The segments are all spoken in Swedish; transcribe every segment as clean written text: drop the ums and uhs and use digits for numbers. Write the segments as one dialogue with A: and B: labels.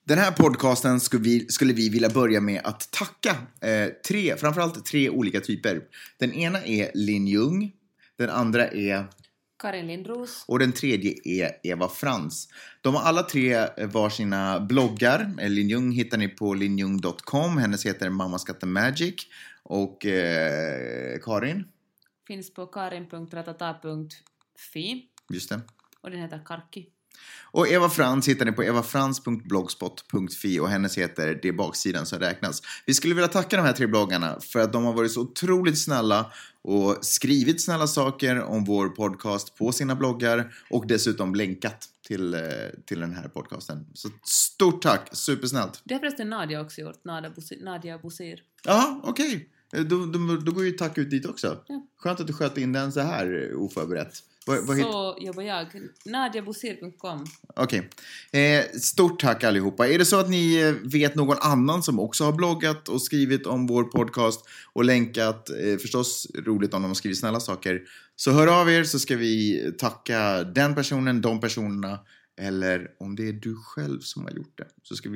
A: Den här podcasten skulle vi vilja börja med att tacka framförallt tre olika typer. Den ena är Lin Ljung, den andra är
B: Karin Lindros.
A: Och den tredje är Eva Frans. De har alla tre var sina bloggar. Lin Ljung hittar ni på linjung.com. Hennes heter Mamma Skatter Magic. Och Karin?
B: Finns på karin.ratata.fi.
A: Just det.
B: Och den heter Karki.
A: Och Eva Frans hittar ni på evafrans.blogspot.fi och hennes heter Det baksidan som räknas. Vi skulle vilja tacka de här tre bloggarna för att de har varit så otroligt snälla och skrivit snälla saker om vår podcast på sina bloggar och dessutom länkat till den här podcasten. Så stort tack, supersnällt.
B: Det har förresten Nadia också gjort, Nadia Bosir.
A: Ja, okej. Då går ju tack ut dit också.
B: Ja.
A: Skönt att du sköt in den så här oförberett.
B: Så jobbar jag. Nadiabosir.com.
A: Okej. Stort tack allihopa. Är det så att ni vet någon annan som också har bloggat och skrivit om vår podcast och länkat, förstås roligt om de har skrivit snälla saker, så hör av er så ska vi tacka den personen, de personerna, eller om det är du själv som har gjort det så ska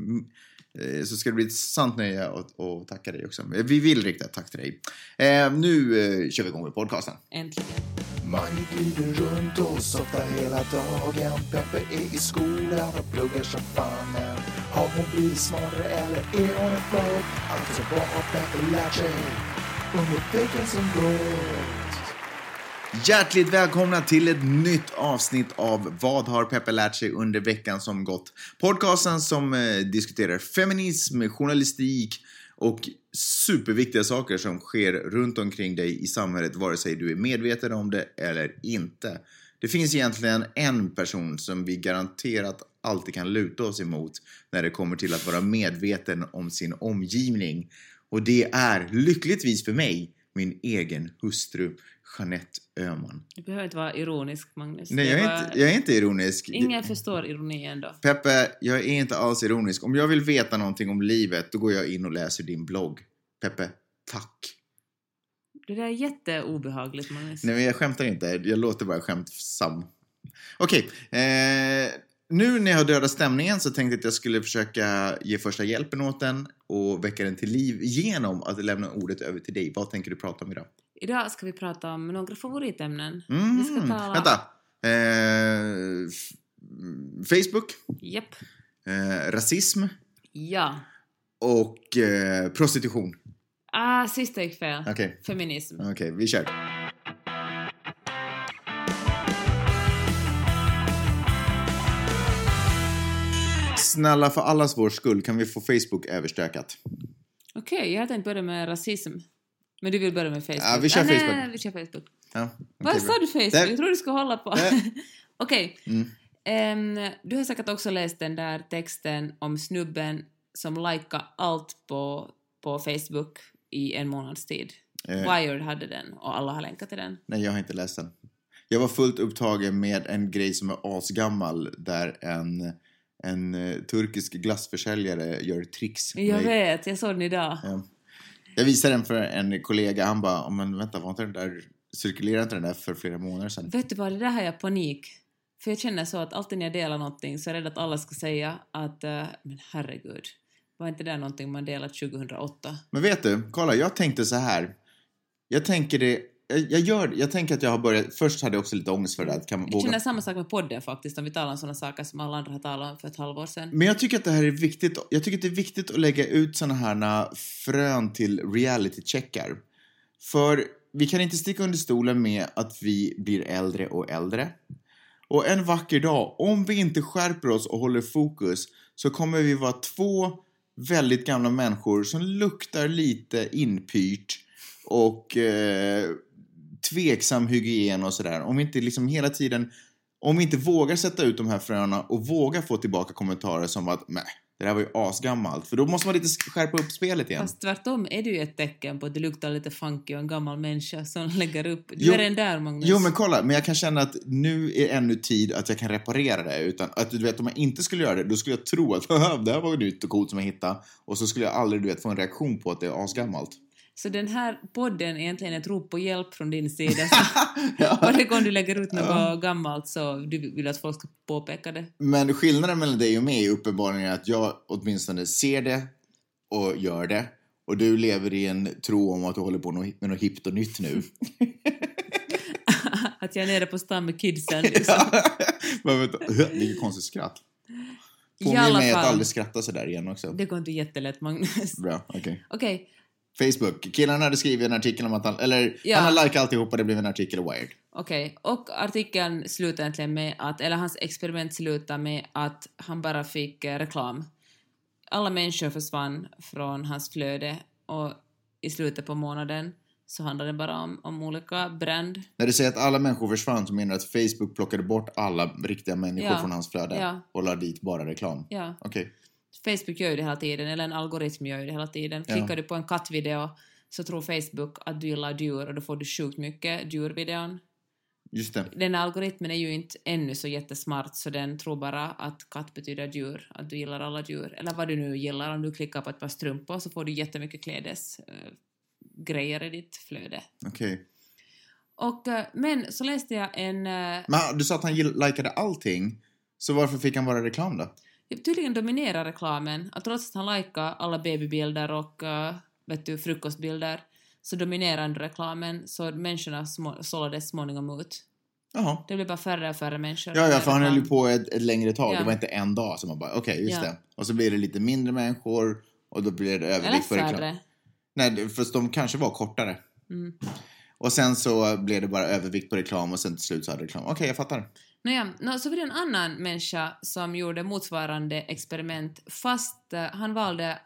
A: det bli ett sant nöje att tacka dig också. Vi vill rikta ett tack till dig. Nu kör vi igång med podcasten.
B: Äntligen.
C: Mange glider runt och softar hela dagen. Peppe är i skolan och pluggar som fanen. Har hon blivit smartare eller är hon en flopp? Alltså vad har Peppe lärt sig under veckan som gått?
A: Hjärtligt välkomna till ett nytt avsnitt av Vad har Peppe lärt sig under veckan som gått? Podcasten som diskuterar feminism, journalistik och superviktiga saker som sker runt omkring dig i samhället, vare sig du är medveten om det eller inte. Det finns egentligen en person som vi garanterat alltid kan luta oss emot när det kommer till att vara medveten om sin omgivning. Och det är, lyckligtvis för mig, min egen hustru Jeanette Öhman.
B: Du behöver inte vara ironisk, Magnus.
A: Nej, jag är inte ironisk.
B: Ingen förstår ironi ändå.
A: Peppe, jag är inte alls ironisk. Om jag vill veta någonting om livet, då går jag in och läser din blogg. Peppe, tack.
B: Det där är jätteobehagligt, Magnus.
A: Nej, men jag skämtar inte. Jag låter bara skämtsam. Okej. Nu när jag har dödat stämningen så tänkte jag att jag skulle försöka ge första hjälpen åt den och väcka den till liv genom att lämna ordet över till dig. Vad tänker du prata om idag?
B: Idag ska vi prata om några favoritämnen.
A: Vi
B: ska tala...
A: Vänta. Facebook.
B: Japp.
A: Rasism.
B: Ja.
A: Och prostitution.
B: Sista gick fel.
A: Okej.
B: Feminism.
A: Okej, vi kör. Snälla, för allas vår skull kan vi få Facebook överstökat.
B: Okej, jag hade tänkt börja med rasism. Men du vill börja med Facebook?
A: Ja, vi kör Facebook.
B: Nej, vi kör Facebook.
A: Ja,
B: Vad sa du Facebook? Jag tror du ska hålla på. Okej. Du har säkert också läst den där texten om snubben som likade allt på Facebook i en månads tid. Wired hade den och alla har länkat till den.
A: Nej, jag har inte läst den. Jag var fullt upptagen med en grej som är asgammal där en turkisk glassförsäljare gör tricks.
B: Jag vet, jag såg den idag.
A: Ja. Jag visade den för en kollega. Han bara, men vänta, var inte den där, cirkulerade inte den där för flera månader sedan?
B: Vet du vad, det där har jag panik. För jag känner så att alltid när jag delar någonting så är jag rädd att alla ska säga att, men herregud, var inte det någonting man delat 2008?
A: Men vet du, kolla, jag tänkte så här. Jag tänker att jag har börjat. Först hade jag också lite ångest för det.
B: Jag känner samma sak med podden faktiskt. Om vi talar om sådana saker som alla andra har talat om för ett halvår sedan.
A: Men jag tycker att det här är viktigt. Jag tycker att det är viktigt att lägga ut såna här frön till reality-checkar. För vi kan inte sticka under stolen med att vi blir äldre och äldre. Och en vacker dag, om vi inte skärper oss och håller fokus, så kommer vi vara två väldigt gamla människor som luktar lite inpyrt och tveksam hygien och sådär. Om vi inte liksom hela tiden, om vi inte vågar sätta ut de här fröna och vågar få tillbaka kommentarer som att det där var ju asgammalt. För då måste man lite skärpa upp spelet igen.
B: Fast tvärtom är det ju ett tecken på att det luktar lite funky och en gammal människa som lägger upp. Du är den där, Magnus.
A: Jo, men kolla. Men jag kan känna att nu är ännu tid att jag kan reparera det. Utan att du vet, om jag inte skulle göra det, då skulle jag tro att det här var ju nytt och coolt som jag hittade. Och så skulle jag aldrig, få en reaktion på att det är asgammalt.
B: Så den här podden är egentligen ett rop på hjälp från din sida. Varje gång du lägger ut något gammalt så du vill att folk ska påpeka det.
A: Men skillnaden mellan dig och mig är uppenbarligen att jag åtminstone ser det och gör det. Och du lever i en tro om att du håller på med något hippt och nytt nu.
B: Att jag är nere på stan med kidsen. Liksom.
A: Vilket konstigt skratt. Får mig att aldrig skratta så där igen också.
B: Det går inte jättelätt, Magnus.
A: Bra, okej.
B: Okej.
A: Facebook. Killarna hade skrivit en artikel om att han har likat alltihopa, det blev en artikel i Wired.
B: Okej. Och artikeln slutar egentligen med att, eller hans experiment slutar med att han bara fick reklam. Alla människor försvann från hans flöde och i slutet på månaden så handlar det bara om olika brand. När
A: du säger att alla människor försvann så menar du att Facebook plockade bort alla riktiga människor från hans flöde och la dit bara reklam?
B: Ja.
A: Okej.
B: Facebook gör ju det hela tiden, eller en algoritm gör ju det hela tiden. Klickar du på en kattvideo så tror Facebook att du gillar djur och då får du sjukt mycket djurvideon.
A: Just det.
B: Den algoritmen är ju inte ännu så jättesmart så den tror bara att katt betyder djur, att du gillar alla djur. Eller vad du nu gillar, om du klickar på ett par strumpor så får du jättemycket grejer i ditt flöde.
A: Okej.
B: Och, men så läste jag en...
A: Men du sa att han likade allting, så varför fick han bara reklam då?
B: Tydligen dominerar reklamen. Att trots att han likar alla babybilder och frukostbilder så dominerar reklamen så människorna sållades småningom ut.
A: Jaha.
B: Det blir bara färre och färre människor.
A: Ja, för han höll ju på ett längre tag. Ja. Det var inte en dag som man bara, okej, just det. Och så blir det lite mindre människor och då blir det övervikt för reklam. Nej, för de kanske var kortare.
B: Mm.
A: Och sen så blev det bara övervikt på reklam och sen till slut så hade reklam. Okej, jag fattar.
B: Så var det en annan människa som gjorde motsvarande experiment fast han valde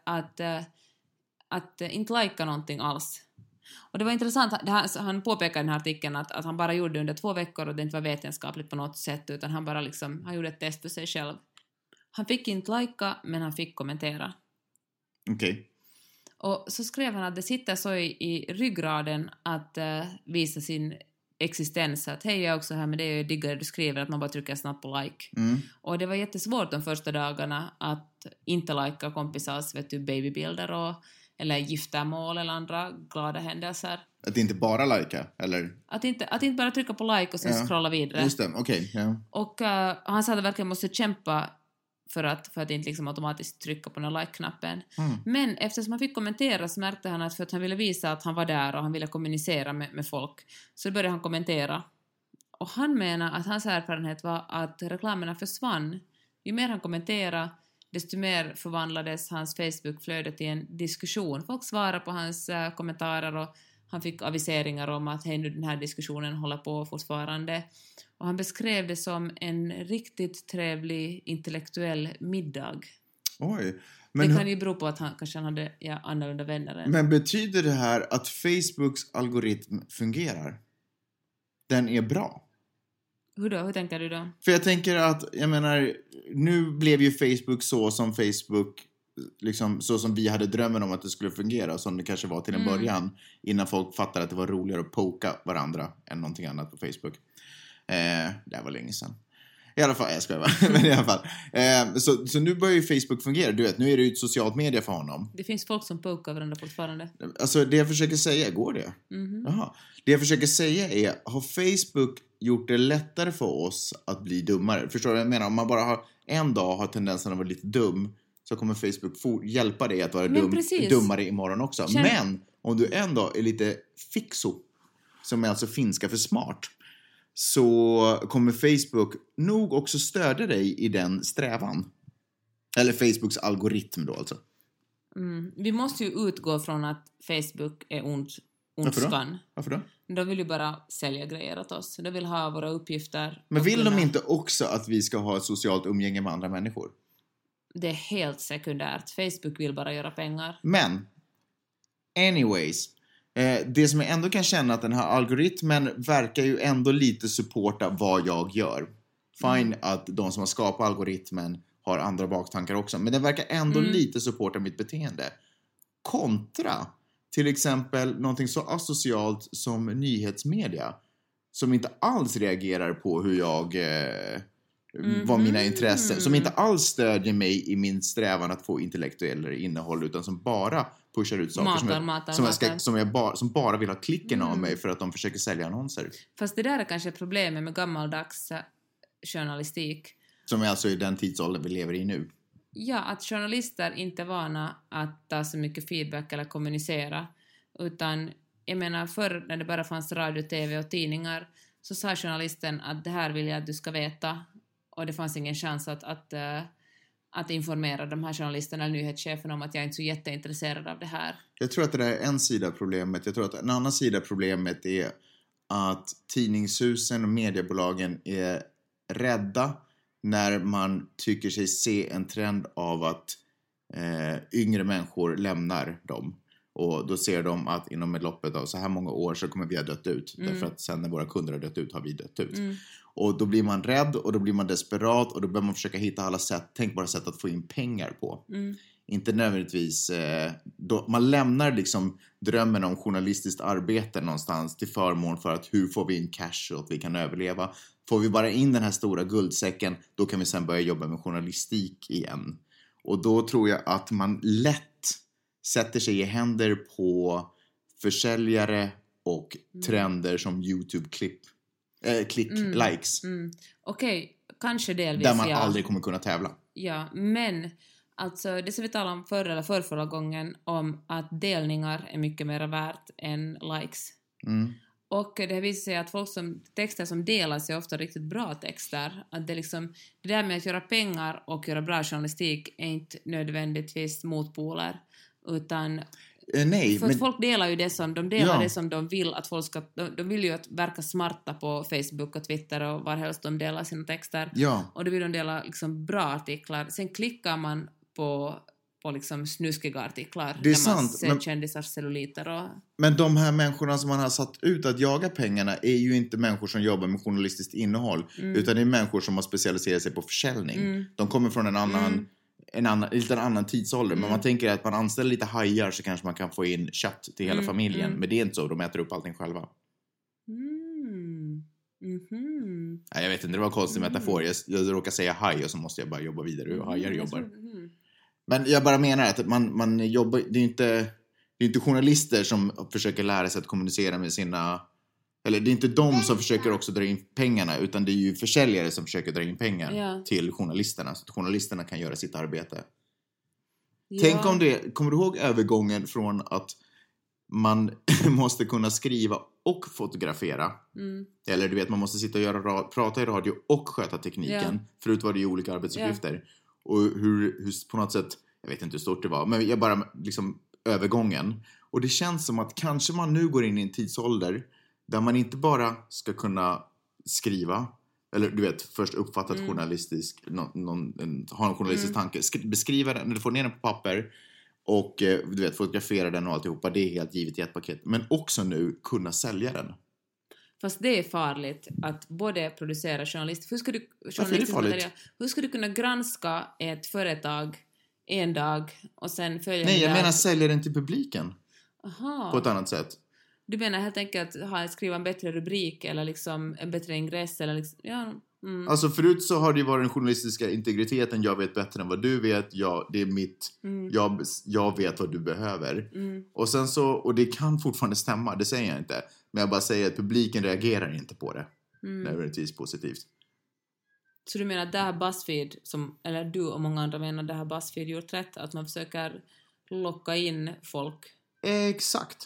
B: att inte lika någonting alls. Och det var intressant, han påpekade i den här artikeln att han bara gjorde det under 2 veckor och det inte var vetenskapligt på något sätt utan han bara han gjorde ett test för sig själv. Han fick inte lika men han fick kommentera.
A: Okej.
B: Och så skrev han att det sitter så i ryggraden att visa sin existens att hej, jag är också här med det och jag diggar du skriver, att man bara trycker snabbt på like. Och det var jättesvårt de första dagarna att inte lika kompisars babybilder eller giftermål eller andra glada händelser. Att
A: inte bara lika, eller?
B: Att inte bara trycka på like och sen scrolla vidare.
A: Just det, okej. Ja.
B: Och han sa att verkligen måste kämpa för att inte liksom automatiskt trycka på den like-knappen. Men eftersom han fick kommentera så märkte han att för att han ville visa att han var där och han ville kommunicera med folk så började han kommentera. Och han menar att hans erfarenhet var att reklamerna försvann. Ju mer han kommenterade desto mer förvandlades hans Facebook-flöde till en diskussion. Folk svarade på hans kommentarer och han fick aviseringar om att hej nu den här diskussionen håller på fortfarande. Och han beskrev det som en riktigt trevlig intellektuell middag.
A: Oj.
B: Men det kan ju bero på att han kanske hade annorlunda vänner.
A: Men betyder det här att Facebooks algoritm fungerar? Den är bra?
B: Hur då? Hur tänker du då?
A: För jag tänker att, nu blev ju Facebook så som Facebook, liksom så som vi hade drömmen om att det skulle fungera, som det kanske var till en början, innan folk fattade att det var roligare att poka varandra än någonting annat på Facebook. Det var länge sedan. I alla fall, jag skojar bara. Men i alla fall. Så nu börjar ju Facebook fungera. Du vet, nu är det ju ett socialt media för honom.
B: Det finns folk som pokar varandra fortfarande.
A: Alltså det jag försöker säga, går det? Jaha. Det jag försöker säga är, har Facebook gjort det lättare för oss att bli dummare? Förstår du vad jag menar? Om man bara en dag har tendensen att vara lite dum så kommer Facebook hjälpa dig att vara dummare imorgon också. Men om du en dag är lite fixo, som är alltså finska för smart, så kommer Facebook nog också stödja dig i den strävan. Eller Facebooks algoritm då alltså.
B: Vi måste ju utgå från att Facebook är ondskan.
A: Varför då?
B: De vill ju bara sälja grejer åt oss. De vill ha våra uppgifter.
A: Men vill de inte också att vi ska ha ett socialt umgänge med andra människor?
B: Det är helt sekundärt. Facebook vill bara göra pengar.
A: Men, anyways, det som jag ändå kan känna att den här algoritmen verkar ju ändå lite supporta vad jag gör. Fine att de som har skapat algoritmen har andra baktankar också. Men den verkar ändå lite supporta mitt beteende. Kontra till exempel någonting så asocialt som nyhetsmedia. Som inte alls reagerar på hur vad mina intressen, som inte alls stödjer mig i min strävan att få intellektuell innehåll, utan som bara pushar ut saker som bara vill ha klicken av mig för att de försöker sälja annonser.
B: Fast det där är kanske problemet med gammaldags journalistik.
A: Som är alltså i den tidsåldern vi lever i nu.
B: Ja, att journalister inte är vana att ta så mycket feedback eller kommunicera. Utan, jag menar, förr när det bara fanns radio, tv och tidningar så sa journalisten att det här vill jag att du ska veta. Och det fanns ingen chans att informera de här journalisterna eller nyhetscheferna om att jag inte är så jätteintresserad av det här.
A: Jag tror att det där är en sida av problemet. Jag tror att en annan sida av problemet är att tidningshusen och mediebolagen är rädda när man tycker sig se en trend av att yngre människor lämnar dem. Och då ser de att inom ett loppet av så här många år så kommer vi ha dött ut. Därför att sen när våra kunder har dött ut har vi dött ut. Och då blir man rädd och då blir man desperat och då börjar man försöka hitta alla tänkbara sätt att få in pengar på. Inte nödvändigtvis, man lämnar liksom drömmen om journalistiskt arbete någonstans till förmån för att hur får vi in cash så att vi kan överleva. Får vi bara in den här stora guldsäcken, då kan vi sen börja jobba med journalistik igen. Och då tror jag att man lätt sätter sig i händer på försäljare och trender som YouTube-klick, likes.
B: Okej, kanske delvis.
A: Där man aldrig kommer kunna tävla.
B: Ja, men alltså det som vi talade om förra gången om att delningar är mycket mer värt än likes. Och det har visat sig att texter som delas är ofta riktigt bra texter. Att det där med att göra pengar och göra bra journalistik är inte nödvändigtvis motpoler. Utan
A: nej,
B: för att folk delar ju det som det som de vill att folk ska, de vill ju att verka smarta på Facebook och Twitter och varhelst de delar sina texter. Och då vill de dela liksom bra artiklar. Sen klickar man på liksom snuskiga artiklar.
A: Det är sant.
B: Ser kändisars celluliter och... Men
A: de här människorna som man har satt ut att jaga pengarna är ju inte människor som jobbar med journalistiskt innehåll. Utan det är människor som har specialiserat sig på försäljning. De kommer från en annan tidsålder. Men man tänker att man anställer lite hajar så kanske man kan få in kött till hela familjen. Men det är inte så, de äter upp allting själva. Nej, jag vet inte, det var en konstig metafor. Jag råkar säga haj och så måste jag bara jobba vidare hur hajar jobbar. Men jag bara menar att man jobbar, det är inte journalister som försöker lära sig att kommunicera med sina, eller det är inte de som försöker också dra in pengarna, utan det är ju försäljare som försöker dra in pengar till journalisterna så att journalisterna kan göra sitt arbete. Tänk om det, kommer du ihåg övergången från att man måste kunna skriva och fotografera, eller du vet man måste sitta och prata i radio och sköta tekniken, förut var det ju olika arbetsuppgifter. Och hur på något sätt, jag vet inte hur stort det var, men jag bara liksom övergången. Och det känns som att kanske man nu går in i en tidsålder där man inte bara ska kunna skriva, eller du vet, först uppfatta ett journalistisk, ha en journalistisk tanke, beskriva den, eller få ner den på papper och du vet, fotografera den och alltihopa, det är helt givet i ett paket. Men också nu kunna sälja den.
B: Fast det är farligt att både producera journalist. Hur ska du kunna granska ett företag en dag och sen följa...
A: Nej, jag menar sälja den till publiken. På ett annat sätt.
B: Du menar helt enkelt skriva en bättre rubrik eller liksom en bättre ingress eller liksom,
A: Alltså förut så har det ju varit den journalistiska integriteten, jag vet bättre än vad du vet, det är mitt, jag vet vad du behöver. Och sen så, och det kan fortfarande stämma, det säger jag inte, men jag bara säger att publiken reagerar inte på det. Nödvändigtvis positivt.
B: Så du menar att det här BuzzFeed, eller du och många andra menar att det här BuzzFeed gjort rätt, att man försöker locka in folk?
A: Exakt.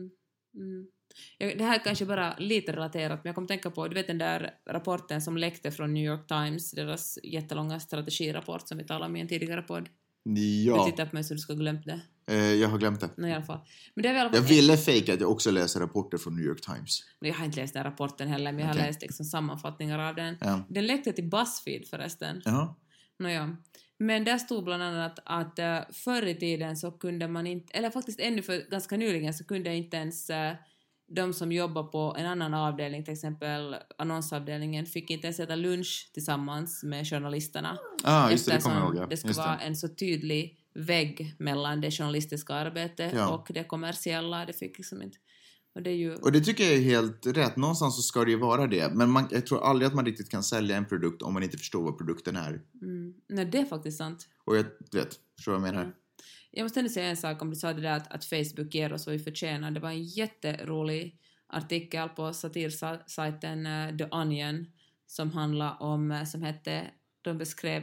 B: Det här är kanske bara lite relaterat, men jag kommer tänka på, du vet den där rapporten som läckte från New York Times, deras jättelånga strategirapport som vi talade om i en tidigare podd.
A: Ja.
B: Du tittar på mig så du ska ha glömt det.
A: Jag har glömt det.
B: Nej, i alla fall. Men det är i alla fall
A: jag ville fejka att jag också läser rapporter från New York Times.
B: Jag har inte läst den rapporten heller, men jag har läst liksom sammanfattningar av den.
A: Ja.
B: Den läckte till BuzzFeed förresten.
A: Jaha.
B: Men där stod bland annat att förr i tiden så kunde man inte, eller faktiskt ännu för ganska nyligen så kunde inte ens de som jobbar på en annan avdelning, till exempel annonsavdelningen, fick inte ens äta lunch tillsammans med journalisterna.
A: Just det, det kommer jag ihåg.
B: Det skulle vara en så tydlig vägg mellan det journalistiska arbetet och det kommersiella. Det fick liksom inte.
A: Och det tycker jag är helt rätt. Någonstans så ska det ju vara det. Men jag tror aldrig att man riktigt kan sälja en produkt om man inte förstår vad produkten är.
B: Nej, det är faktiskt sant.
A: Och jag förstår vad jag menar.
B: Jag måste ändå säga en sak om du sa det där att Facebook ger oss vad vi förtjänar. Det var en jätterolig artikel på satirsajten The Onion som handlar om, de beskrev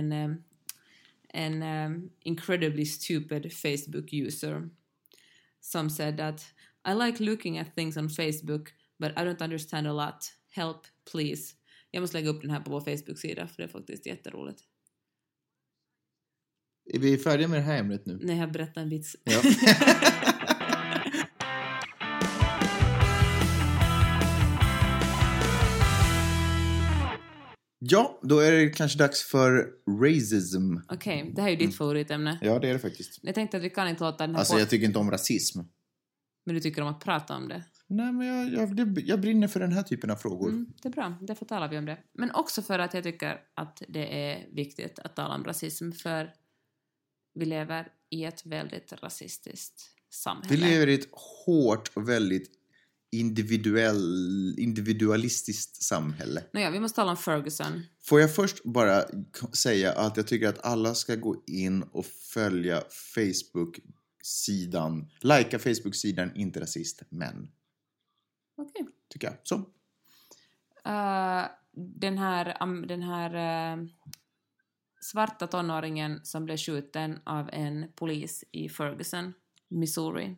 B: en incredibly stupid Facebook user som said that I like looking at things on Facebook but I don't understand a lot. Help, please. Jag måste lägga upp den här på vår Facebook-sida för det är faktiskt jätteroligt.
A: Är vi färdiga med det här ämnet nu?
B: Nej, jag berättar en vits.
A: Ja. Ja, då är det kanske dags för racism.
B: Okej, det här är ju ditt favoritämne.
A: Ja, det är det faktiskt.
B: Jag tänkte att vi kan inte låta den här...
A: Alltså, jag tycker inte om rasism.
B: Men du tycker om att prata om det?
A: Nej, men jag brinner för den här typen av frågor.
B: Det är bra, därför talar vi om det. Men också för att jag tycker att det är viktigt att tala om rasism. För vi lever i ett väldigt rasistiskt samhälle.
A: Vi lever i ett hårt och väldigt individualistiskt samhälle.
B: Nåja, vi måste tala om Ferguson.
A: Får jag först bara säga att jag tycker att alla ska gå in och följa Facebook-sidan. Lika Facebook-sidan, inte rasist, men.
B: Okej.
A: Tycker jag. Så.
B: Den här svarta tonåringen som blev skjuten av en polis i Ferguson, Missouri.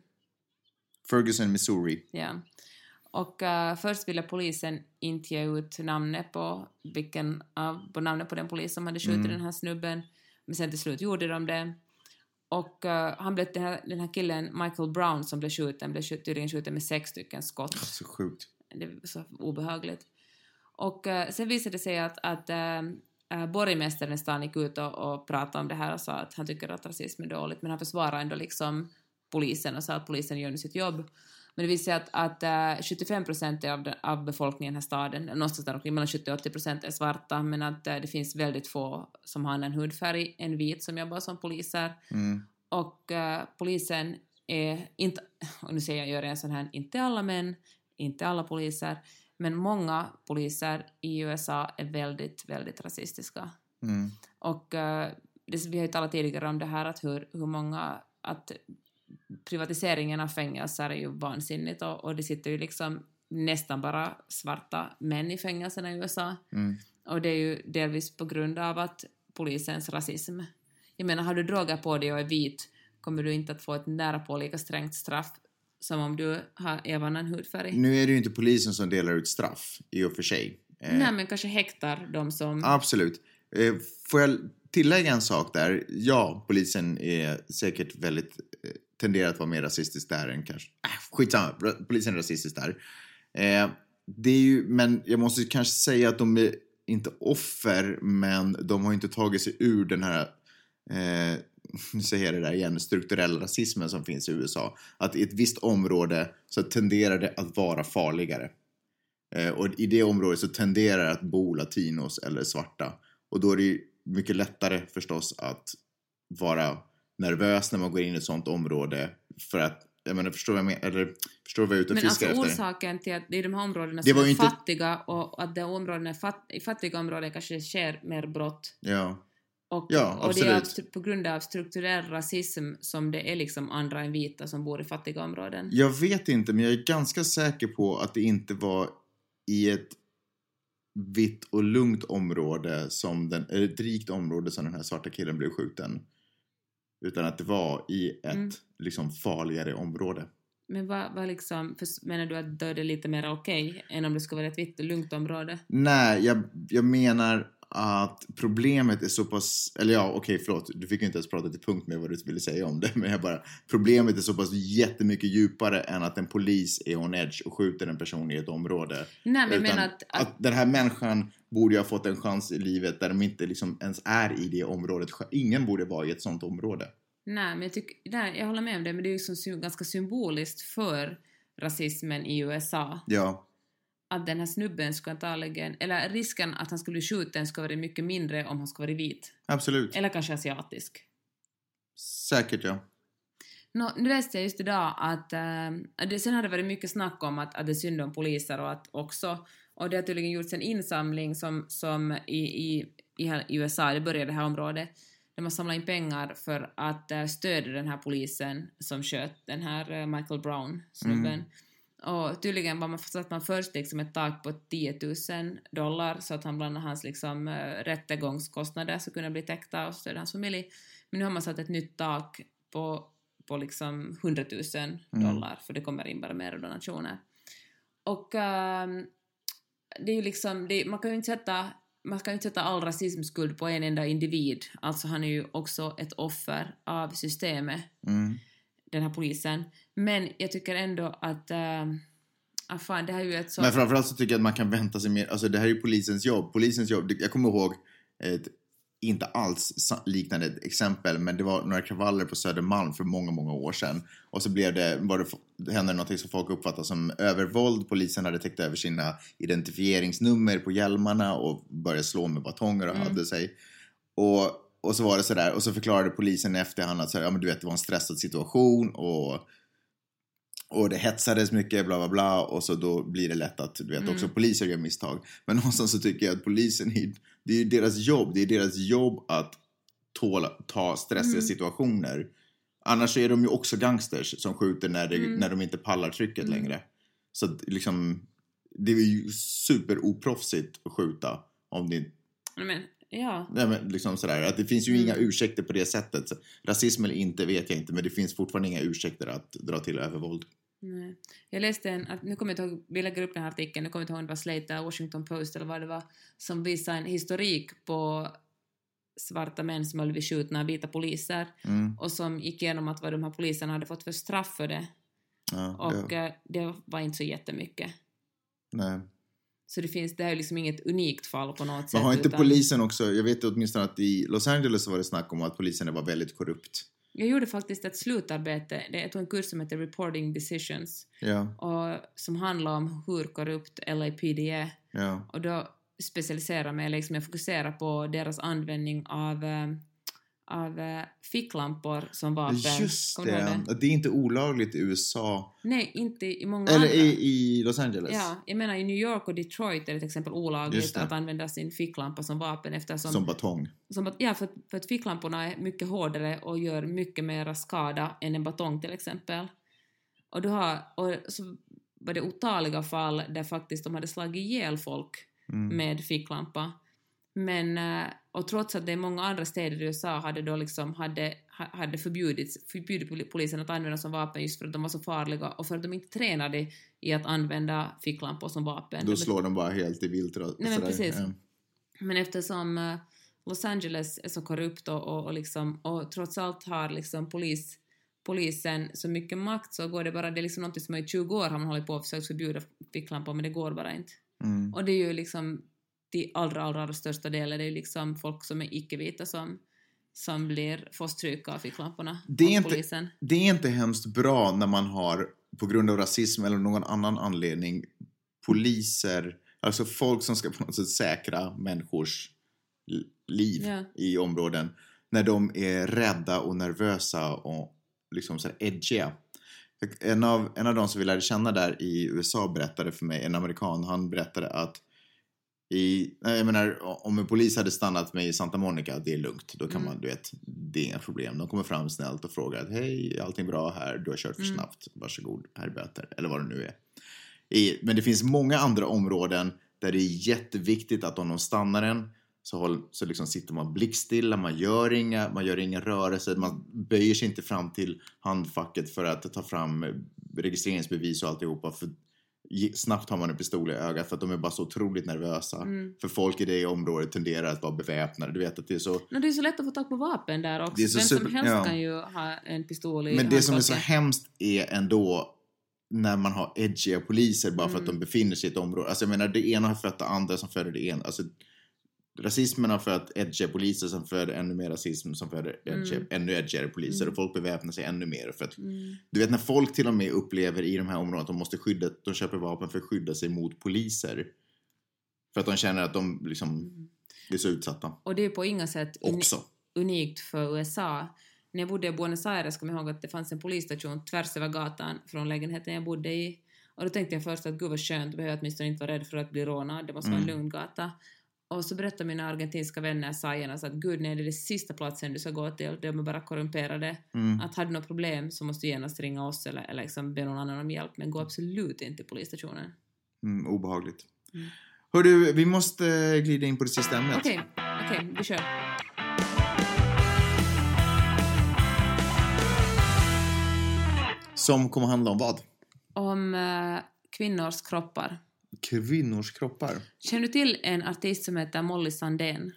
B: Ja. Och först ville polisen inte ge ut namnet på namnet på den polis som hade skjutit den här snubben. Men sen till slut gjorde de det. Och den här killen, Michael Brown, som blev tydligen skjuten med 6 stycken skott.
A: Så sjukt.
B: Det var så obehagligt. Och sen visade det sig att borgmästaren i stan gick ut och pratade om det här och sa att han tycker att rasism är dåligt. Men han försvarar ändå liksom polisen och sa att polisen gör nu sitt jobb. Men det visar sig att 75% av befolkningen i den här staden, någonstans där omkring mellan 70-80% är svarta, men att det finns väldigt få som har en hudfärg, en vit som jobbar som poliser. Och polisen är inte, och nu säger jag en sån här, inte alla män, inte alla poliser, men många poliser i USA är väldigt, väldigt rasistiska. Och vi har ju talat tidigare om det här, att hur många, att privatiseringen av fängelser är ju vansinnigt och det sitter ju liksom nästan bara svarta män i fängelserna i USA. Och det är ju delvis på grund av att polisens rasism. Jag menar, har du drogat på dig och är vit kommer du inte att få ett nära på lika strängt straff som om du har av annan hudfärg.
A: Nu är det ju inte polisen som delar ut straff i och för sig.
B: Nej, men kanske häktar de som...
A: Absolut. Får jag tillägga en sak där? Ja, polisen är säkert väldigt... tenderar att vara mer rasistisk där än kanske... skitsamma, polisen är rasistisk där. Det är ju, men jag måste kanske säga att de är inte offer, men de har inte tagit sig ur den här... nu säger jag det där igen, strukturella rasismen som finns i USA. Att i ett visst område så tenderar det att vara farligare. Och i det området så tenderar det att bo latinos eller svarta. Och då är det ju mycket lättare förstås att vara nervös när man går in i ett sånt område. För att, jag menar, förstår vad jag är ute och fiskar efter.
B: Men alltså orsaken till att det är de här områdena som är fattiga och att de områdena i fattiga områden kanske sker mer brott.
A: Ja.
B: Och det är på grund av strukturell rasism som det är liksom andra än vita som bor i fattiga områden.
A: Jag vet inte, men jag är ganska säker på att det inte var i ett vitt och lugnt område ett rikt område som den här svarta killen blev skjuten. Utan att det var i ett liksom farligare område. Men
B: vad liksom, menar du att det är lite mer okej än om det ska vara ett vitt och lugnt område?
A: Nej, jag menar att problemet är så pass... Eller ja, okej, förlåt. Du fick ju inte ens prata till punkt med vad du ville säga om det. Men problemet är så pass jättemycket djupare än att en polis är on edge och skjuter en person i ett område. Nej, men jag menar att den här människan borde ju ha fått en chans i livet där de inte liksom ens är i det området. Ingen borde vara i ett sånt område.
B: Nej, men jag håller med om det. Men det är ju liksom ganska symboliskt för rasismen i USA.
A: Ja.
B: Att den här snubben ska antagligen... Eller risken att han skulle bli skjuten ska vara mycket mindre om han ska vara vit.
A: Absolut.
B: Eller kanske asiatisk.
A: Säkert, ja.
B: Nu läste jag just idag att sen har det varit mycket snack om att det är synd om poliser och att också, och det har tydligen gjorts en insamling som i USA, det började det här området, där man samlar in pengar för att stödja den här polisen som sköt den här Michael Brown-snubben. Och tydligen var man först liksom ett tak på $10,000 så att han bland hans liksom, rättegångskostnader så kunde bli täckta och stödja hans familj. Men nu har man satt ett nytt tak på liksom $100,000 för det kommer in bara mer donationer. Och det är ju liksom, man kan ju inte sätta all rasismskuld på en enda individ. Alltså han är ju också ett offer av systemet, den här polisen. Men jag tycker ändå att fan, det här är ju ett så...
A: Men framförallt så tycker jag att man kan vänta sig mer. Alltså det här är ju polisens jobb. Jag kommer ihåg ett inte alls liknande exempel, men det var några kravaller på Södermalm för många, många år sedan. Och så hände något som folk uppfattade som övervåld. Polisen hade täckt över sina identifieringsnummer på hjälmarna och började slå med batonger och hade sig. Och så var det sådär, och så förklarade polisen i efterhand att ja, men du vet, det var en stressad situation och det hetsades mycket, bla bla bla, och så då blir det lätt att du vet också poliser gör misstag. Men någonstans så tycker jag att polisen, det är ju deras jobb att ta stressiga situationer. Annars är de ju också gangsters som skjuter när de inte pallar trycket längre. Så liksom, det är ju superoproffsigt att skjuta om det
B: Ja.
A: Nej, men liksom sådär, att det finns ju inga ursäkter på det sättet. Rasism eller inte vet jag inte, men det finns fortfarande inga ursäkter att dra till övervåld.
B: Nej. Jag läste nu kommer jag inte ihåg, vi lägger upp den här artikeln, nu kommer jag inte ihåg om det var Slate, Washington Post eller vad det var, som visade en historik på svarta män som hade blivit skjutna av vita poliser och som gick igenom att vad de här poliserna hade fått för straff för det. Det var inte så jättemycket.
A: Nej.
B: Så det är ju liksom inget unikt fall på något sätt.
A: Men har inte polisen också, jag vet åtminstone att i Los Angeles var det snack om att polisen var väldigt korrupt.
B: Jag gjorde faktiskt ett slutarbete, jag tog en kurs som heter Reporting Decisions, och som handlar om hur korrupt LAPD är. Ja. Och då specialiserar mig, liksom jag fokuserar på deras användning av ficklampor som vapen.
A: Just det. Det är inte olagligt i USA.
B: Nej, inte i många
A: eller
B: andra.
A: I Los Angeles.
B: Ja, jag menar i New York och Detroit är det till exempel olagligt att använda sin ficklampa som vapen eftersom...
A: Som batong.
B: För att ficklamporna är mycket hårdare och gör mycket mer skada än en batong till exempel. Och så var det otaliga fall där faktiskt de hade slagit ihjäl folk med ficklampa. Men, och trots att det är många andra städer i USA hade förbjudit polisen att använda som vapen just för att de var så farliga och för att de inte tränade i att använda ficklampor som vapen.
A: Då slår de bara helt i vilt.
B: Nej, men precis. Men eftersom Los Angeles är så korrupt och trots allt har liksom polisen så mycket makt, så går det bara, det är liksom något som i 20 år har man hållit på att försöka förbjuda ficklampor, men det går bara inte. Och det är ju liksom de allra största delen, det är ju liksom folk som är icke-vita som får stryka av ficklamporna.
A: Det är inte hemskt bra när man har, på grund av rasism eller någon annan anledning, poliser, alltså folk som ska på något sätt säkra människors liv i områden, när de är rädda och nervösa och liksom så här edgiga. En av de som vi lärde känna där i USA berättade för mig, en amerikan, han berättade att jag menar, om en polis hade stannat mig i Santa Monica, det är lugnt, då kan man, du vet, det är inga problem. De kommer fram snällt och frågar att hej, allting bra här, du har kört för snabbt, varsågod, här är böter, eller vad det nu är. Men det finns många andra områden där det är jätteviktigt att om de stannar en så liksom sitter man blickstilla, man gör inga rörelser, man böjer sig inte fram till handfacket för att ta fram registreringsbevis och alltihopa, för snabbt har man en pistol i ögat, för att de är bara så otroligt nervösa. För folk i det området tenderar att vara beväpnade. Du vet att det är så...
B: Det är så lätt att få tag på vapen där också. Vem som helst kan ju ha en pistol i
A: Men det som är så hemskt är ändå när man har edgiga poliser bara för att de befinner sig i ett område. Alltså jag menar, det ena har fött det andra som föder det ena. Alltså rasismen har fött edgiga poliser som föder ännu mer rasism som föder ännu edgigare poliser, och folk beväpnar sig ännu mer för att du vet, när folk till och med upplever i de här områdena att de måste de köper vapen för att skydda sig mot poliser för att de känner att de liksom är så utsatta.
B: Och det är på inga sätt unikt för USA. när jag bodde i Buenos Aires kom jag ihåg att det fanns en polisstation tvärs över gatan från lägenheten jag bodde i. Och då tänkte jag först att gud vad skönt, behöver jag åtminstone inte vara rädd för att bli rånad. Det måste vara en lugn gata. Och så berättade mina argentinska vänner Sajerna att gud, nej, det är det sista platsen du ska gå till. De är bara korrumperade. Att har du något problem så måste du genast ringa oss eller liksom be någon annan om hjälp. Men gå absolut inte till polisstationen.
A: Obehagligt. Hör du, vi måste glida in på det sista ämnet.
B: Okej, vi kör.
A: Som kommer handla om vad?
B: Om kvinnors kroppar.
A: Kvinnors kroppar?
B: Känner du till en artist som heter Molly Sandén?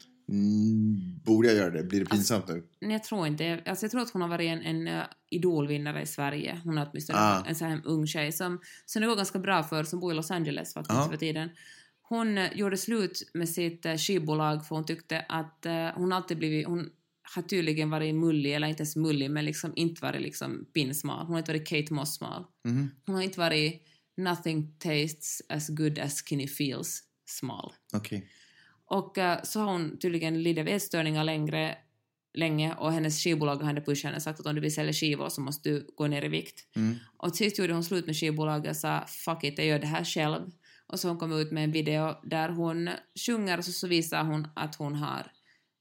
A: Borde jag göra det? Blir det pinsamt nu?
B: Nej, jag tror inte. Alltså, jag tror att hon har varit en idolvinnare i Sverige. Hon har åtminstone en sån här ung tjej som det går ganska bra för, som bor i Los Angeles faktiskt för tiden. Hon gjorde slut med sitt skivbolag för hon tyckte att hon har tydligen varit mullig, eller inte ens mullig, men liksom inte varit liksom pinsmal. Hon har inte varit Kate Moss smal. Hon har inte varit nothing tastes as good as skinny feels smal.
A: Okej.
B: Och så har hon tydligen lidit av ätstörningar länge och hennes skivbolag har henne pushat henne sagt att om du vill sälja skivor så måste du gå ner i vikt. Och sist gjorde hon slut med skivbolaget och sa fuck it, jag gör det här själv. Och så hon kom ut med en video där hon sjunger och så visar hon att hon har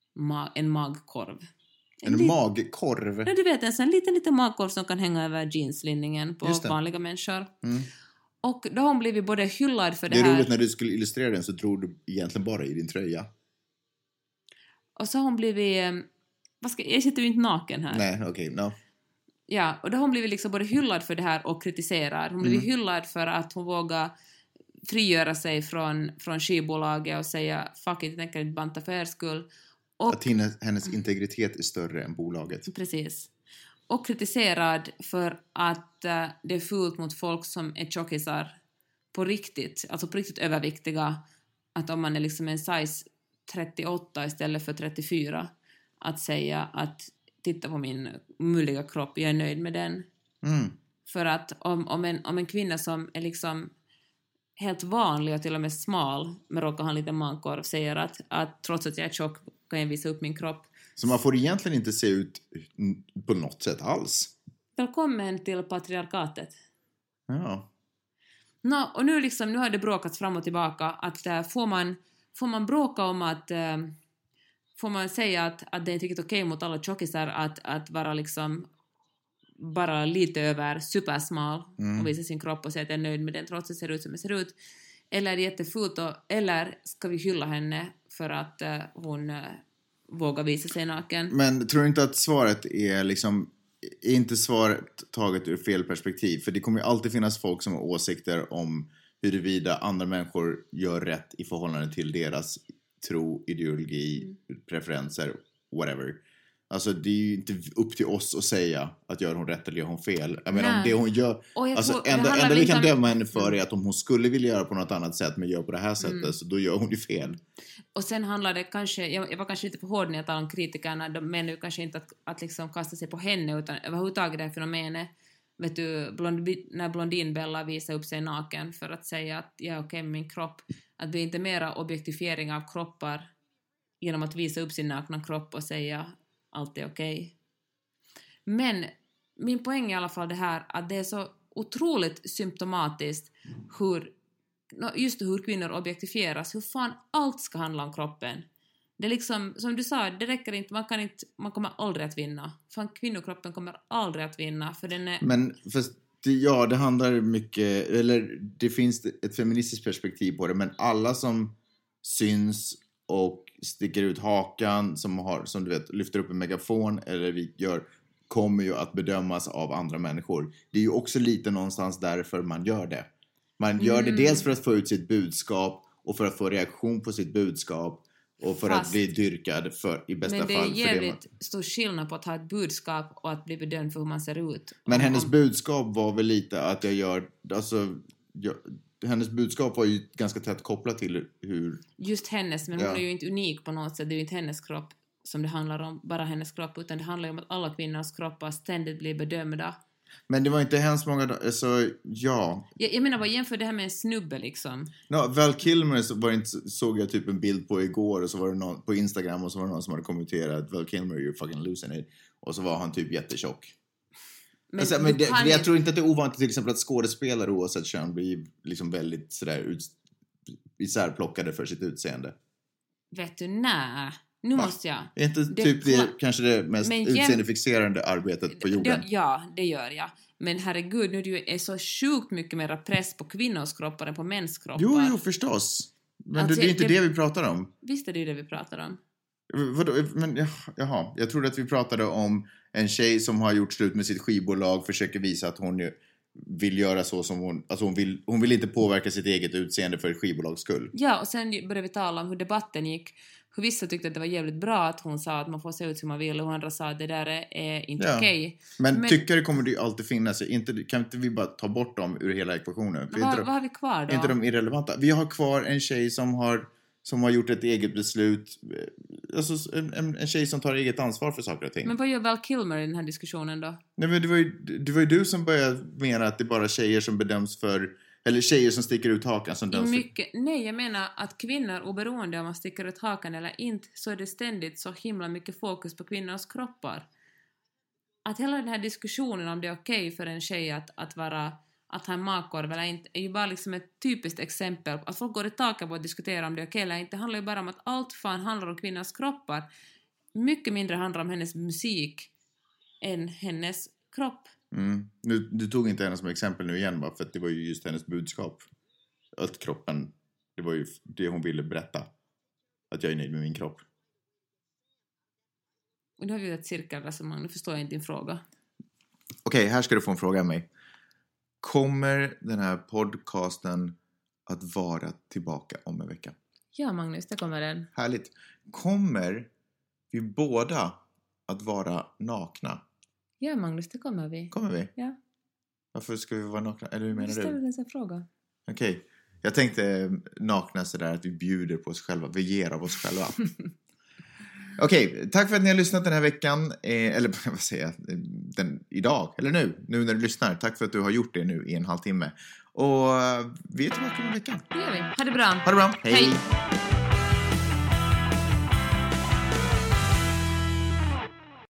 B: en magkorv.
A: En magkorv?
B: Ja, du vet, en sån liten magkorv som kan hänga över jeanslinningen på vanliga människor. Och då har hon blivit både hyllad för det här.
A: Det är roligt, när du skulle illustrera den så tror du egentligen bara i din tröja.
B: Och så har hon blivit... jag sitter ju inte naken här.
A: Nej, okej, no.
B: Ja, och då har hon blivit liksom både hyllad för det här och kritiserad. Hon blivit hyllad för att hon vågar frigöra sig från skivbolaget och säga fuck it, jag tänker inte banta för er skull. Och,
A: att hennes integritet är större än bolaget.
B: Precis. Och kritiserad för att det är fult mot folk som är tjockisar på riktigt. Alltså på riktigt överviktiga. Att om man är liksom en size 38 istället för 34. Att säga att titta på min mulliga kropp, jag är nöjd med den. För att om en kvinna som är liksom helt vanlig och till och med smal men råkar ha en liten mankorv säger att trots att jag är tjock kan jag visa upp min kropp. Så
A: man får egentligen inte se ut på något sätt alls.
B: Välkommen till patriarkatet.
A: Ja.
B: Och nu har det bråkats fram och tillbaka att får man bråka om att får man säga att det är inte riktigt okej mot alla tjockisar att vara liksom bara lite över supersmal och visa sin kropp och säga att jag är nöjd med den trots att det ser ut som det ser ut. Eller är det jättefult eller ska vi hylla henne för att hon vågar visa sig naken? Men
A: tror du inte att svaret är inte svaret taget ur fel perspektiv? För det kommer ju alltid finnas folk som har åsikter om huruvida andra människor gör rätt i förhållande till deras tro, ideologi, preferenser, whatever. Alltså det är ju inte upp till oss att säga att gör hon rätt eller gör hon fel. Jag menar om det hon gör, alltså enda vi kan döma henne för är att om hon skulle vilja göra på något annat sätt men gör på det här sättet så då gör hon ju fel. Och
B: sen handlar det kanske, jag var kanske lite för hård när jag talade om kritikerna, de menar ju kanske inte att liksom kasta sig på henne utan överhuvudtaget det här fenomenet. Vet du, när Blondinbella visar upp sig naken för att säga att jag är okej med min kropp, att det är inte mera objektifiering av kroppar genom att visa upp sin nakna kropp och säga allt är okej. Men min poäng är i alla fall det här att det är så otroligt symptomatiskt hur kvinnor objektifieras, hur fan allt ska handla om kroppen. Det är liksom, som du sa, det räcker inte, man kommer aldrig att vinna. Fan, kvinnokroppen kommer aldrig att vinna, för den är... Men,
A: det handlar mycket, eller det finns ett feministiskt perspektiv på det, men alla som syns och sticker ut hakan, som du vet, lyfter upp en megafon eller kommer ju att bedömas av andra människor. Det är ju också lite någonstans därför man gör det. Man gör det dels för att få ut sitt budskap och för att få reaktion på sitt budskap och för att bli dyrkad i bästa fall.
B: Men det är jävligt stor skillnad på att ha ett budskap och att bli bedömd för hur man ser ut.
A: Men hennes budskap var väl lite att hennes budskap var ju ganska tätt kopplat till hur...
B: Just hennes, men hon är ju inte unik på något sätt. Det är ju inte hennes kropp som det handlar om, bara hennes kropp, utan det handlar ju om att alla kvinnors kroppar ständigt blir bedömda.
A: Men det var inte hemskt många... Alltså, ja.
B: Jag menar bara jämför det här med en snubbe liksom.
A: Val Kilmer såg jag typ en bild på igår och så var det någon på Instagram och så var det någon som hade kommenterat att Val Kilmer är ju fucking losing it. och så var han typ jättetjock.
B: Men,
A: alltså, men jag tror inte att det är ovanligt till exempel att skådespelare oavsett kön blir liksom väldigt sådär isärplockade för sitt utseende.
B: Vet du, nej. Nu måste jag.
A: Är inte typ det kanske det mest utseendefixerande arbetet på jorden?
B: Ja, det gör jag. Men herregud, nu är så sjukt mycket mer press på kvinnors kroppar än på mäns kroppar.
A: Jo, förstås. Men alltså, det är inte det vi pratar om.
B: Visst är det det vi pratar om.
A: Vadå? Men, jaha, jag trodde att vi pratade om en tjej som har gjort slut med sitt skivbolag, försöker visa att hon vill göra så som hon... Alltså hon vill inte påverka sitt eget utseende för ett skivbolags skull.
B: Ja, och sen började vi tala om hur debatten gick. Hur vissa tyckte att det var jävligt bra att hon sa att man får se ut som man vill, och andra sa att det där är inte okej.
A: Men tyckare kommer det ju alltid finnas. Kan inte vi bara ta bort dem ur hela ekvationen?
B: Vad har vi kvar då?
A: Inte de irrelevanta. Vi har kvar en tjej som har gjort ett eget beslut. Alltså en tjej som tar eget ansvar för saker och ting.
B: Men vad gör Val Kilmer i den här diskussionen då?
A: Nej, men det var ju du som började mena att det är bara tjejer som bedöms för... Eller tjejer som sticker ut hakan som döms för...
B: Nej, jag menar att kvinnor, oberoende om man sticker ut hakan eller inte, så är det ständigt så himla mycket fokus på kvinnors kroppar. Att hela den här diskussionen om det är okej för en tjej att ha en magkorv eller inte är ju bara liksom ett typiskt exempel. Att folk går i taket på att diskutera om det är okej eller inte. Det handlar ju bara om att allt fan handlar om kvinnors kroppar. Mycket mindre handlar om hennes musik än hennes kropp.
A: Du tog inte henne som exempel nu igen bara för att det var ju just hennes budskap. Att kroppen, det var ju det hon ville berätta. Att jag är nöjd med min kropp.
B: Och nu har vi ett cirkelresonemang, nu förstår jag inte din fråga.
A: Okej, här ska du få en fråga av mig. Kommer den här podcasten att vara tillbaka om en vecka?
B: Ja, Magnus, det kommer den.
A: Härligt. Kommer vi båda att vara nakna?
B: Ja, Magnus, det kommer vi.
A: Kommer vi?
B: Ja.
A: Varför ska vi vara nakna? Eller hur menar du?
B: Du ställer en sån fråga.
A: Okej. Jag tänkte nakna sådär att vi bjuder på oss själva. Vi ger av oss själva. Okej, tack för att ni har lyssnat den här veckan. Eller vad säger jag? Idag, eller nu. Nu när du lyssnar. Tack för att du har gjort det nu i en halvtimme. Och vi är tillbaka om en vecka.
B: Det gör vi. Ha det bra.
A: Ha det bra. Hej.
B: Hej.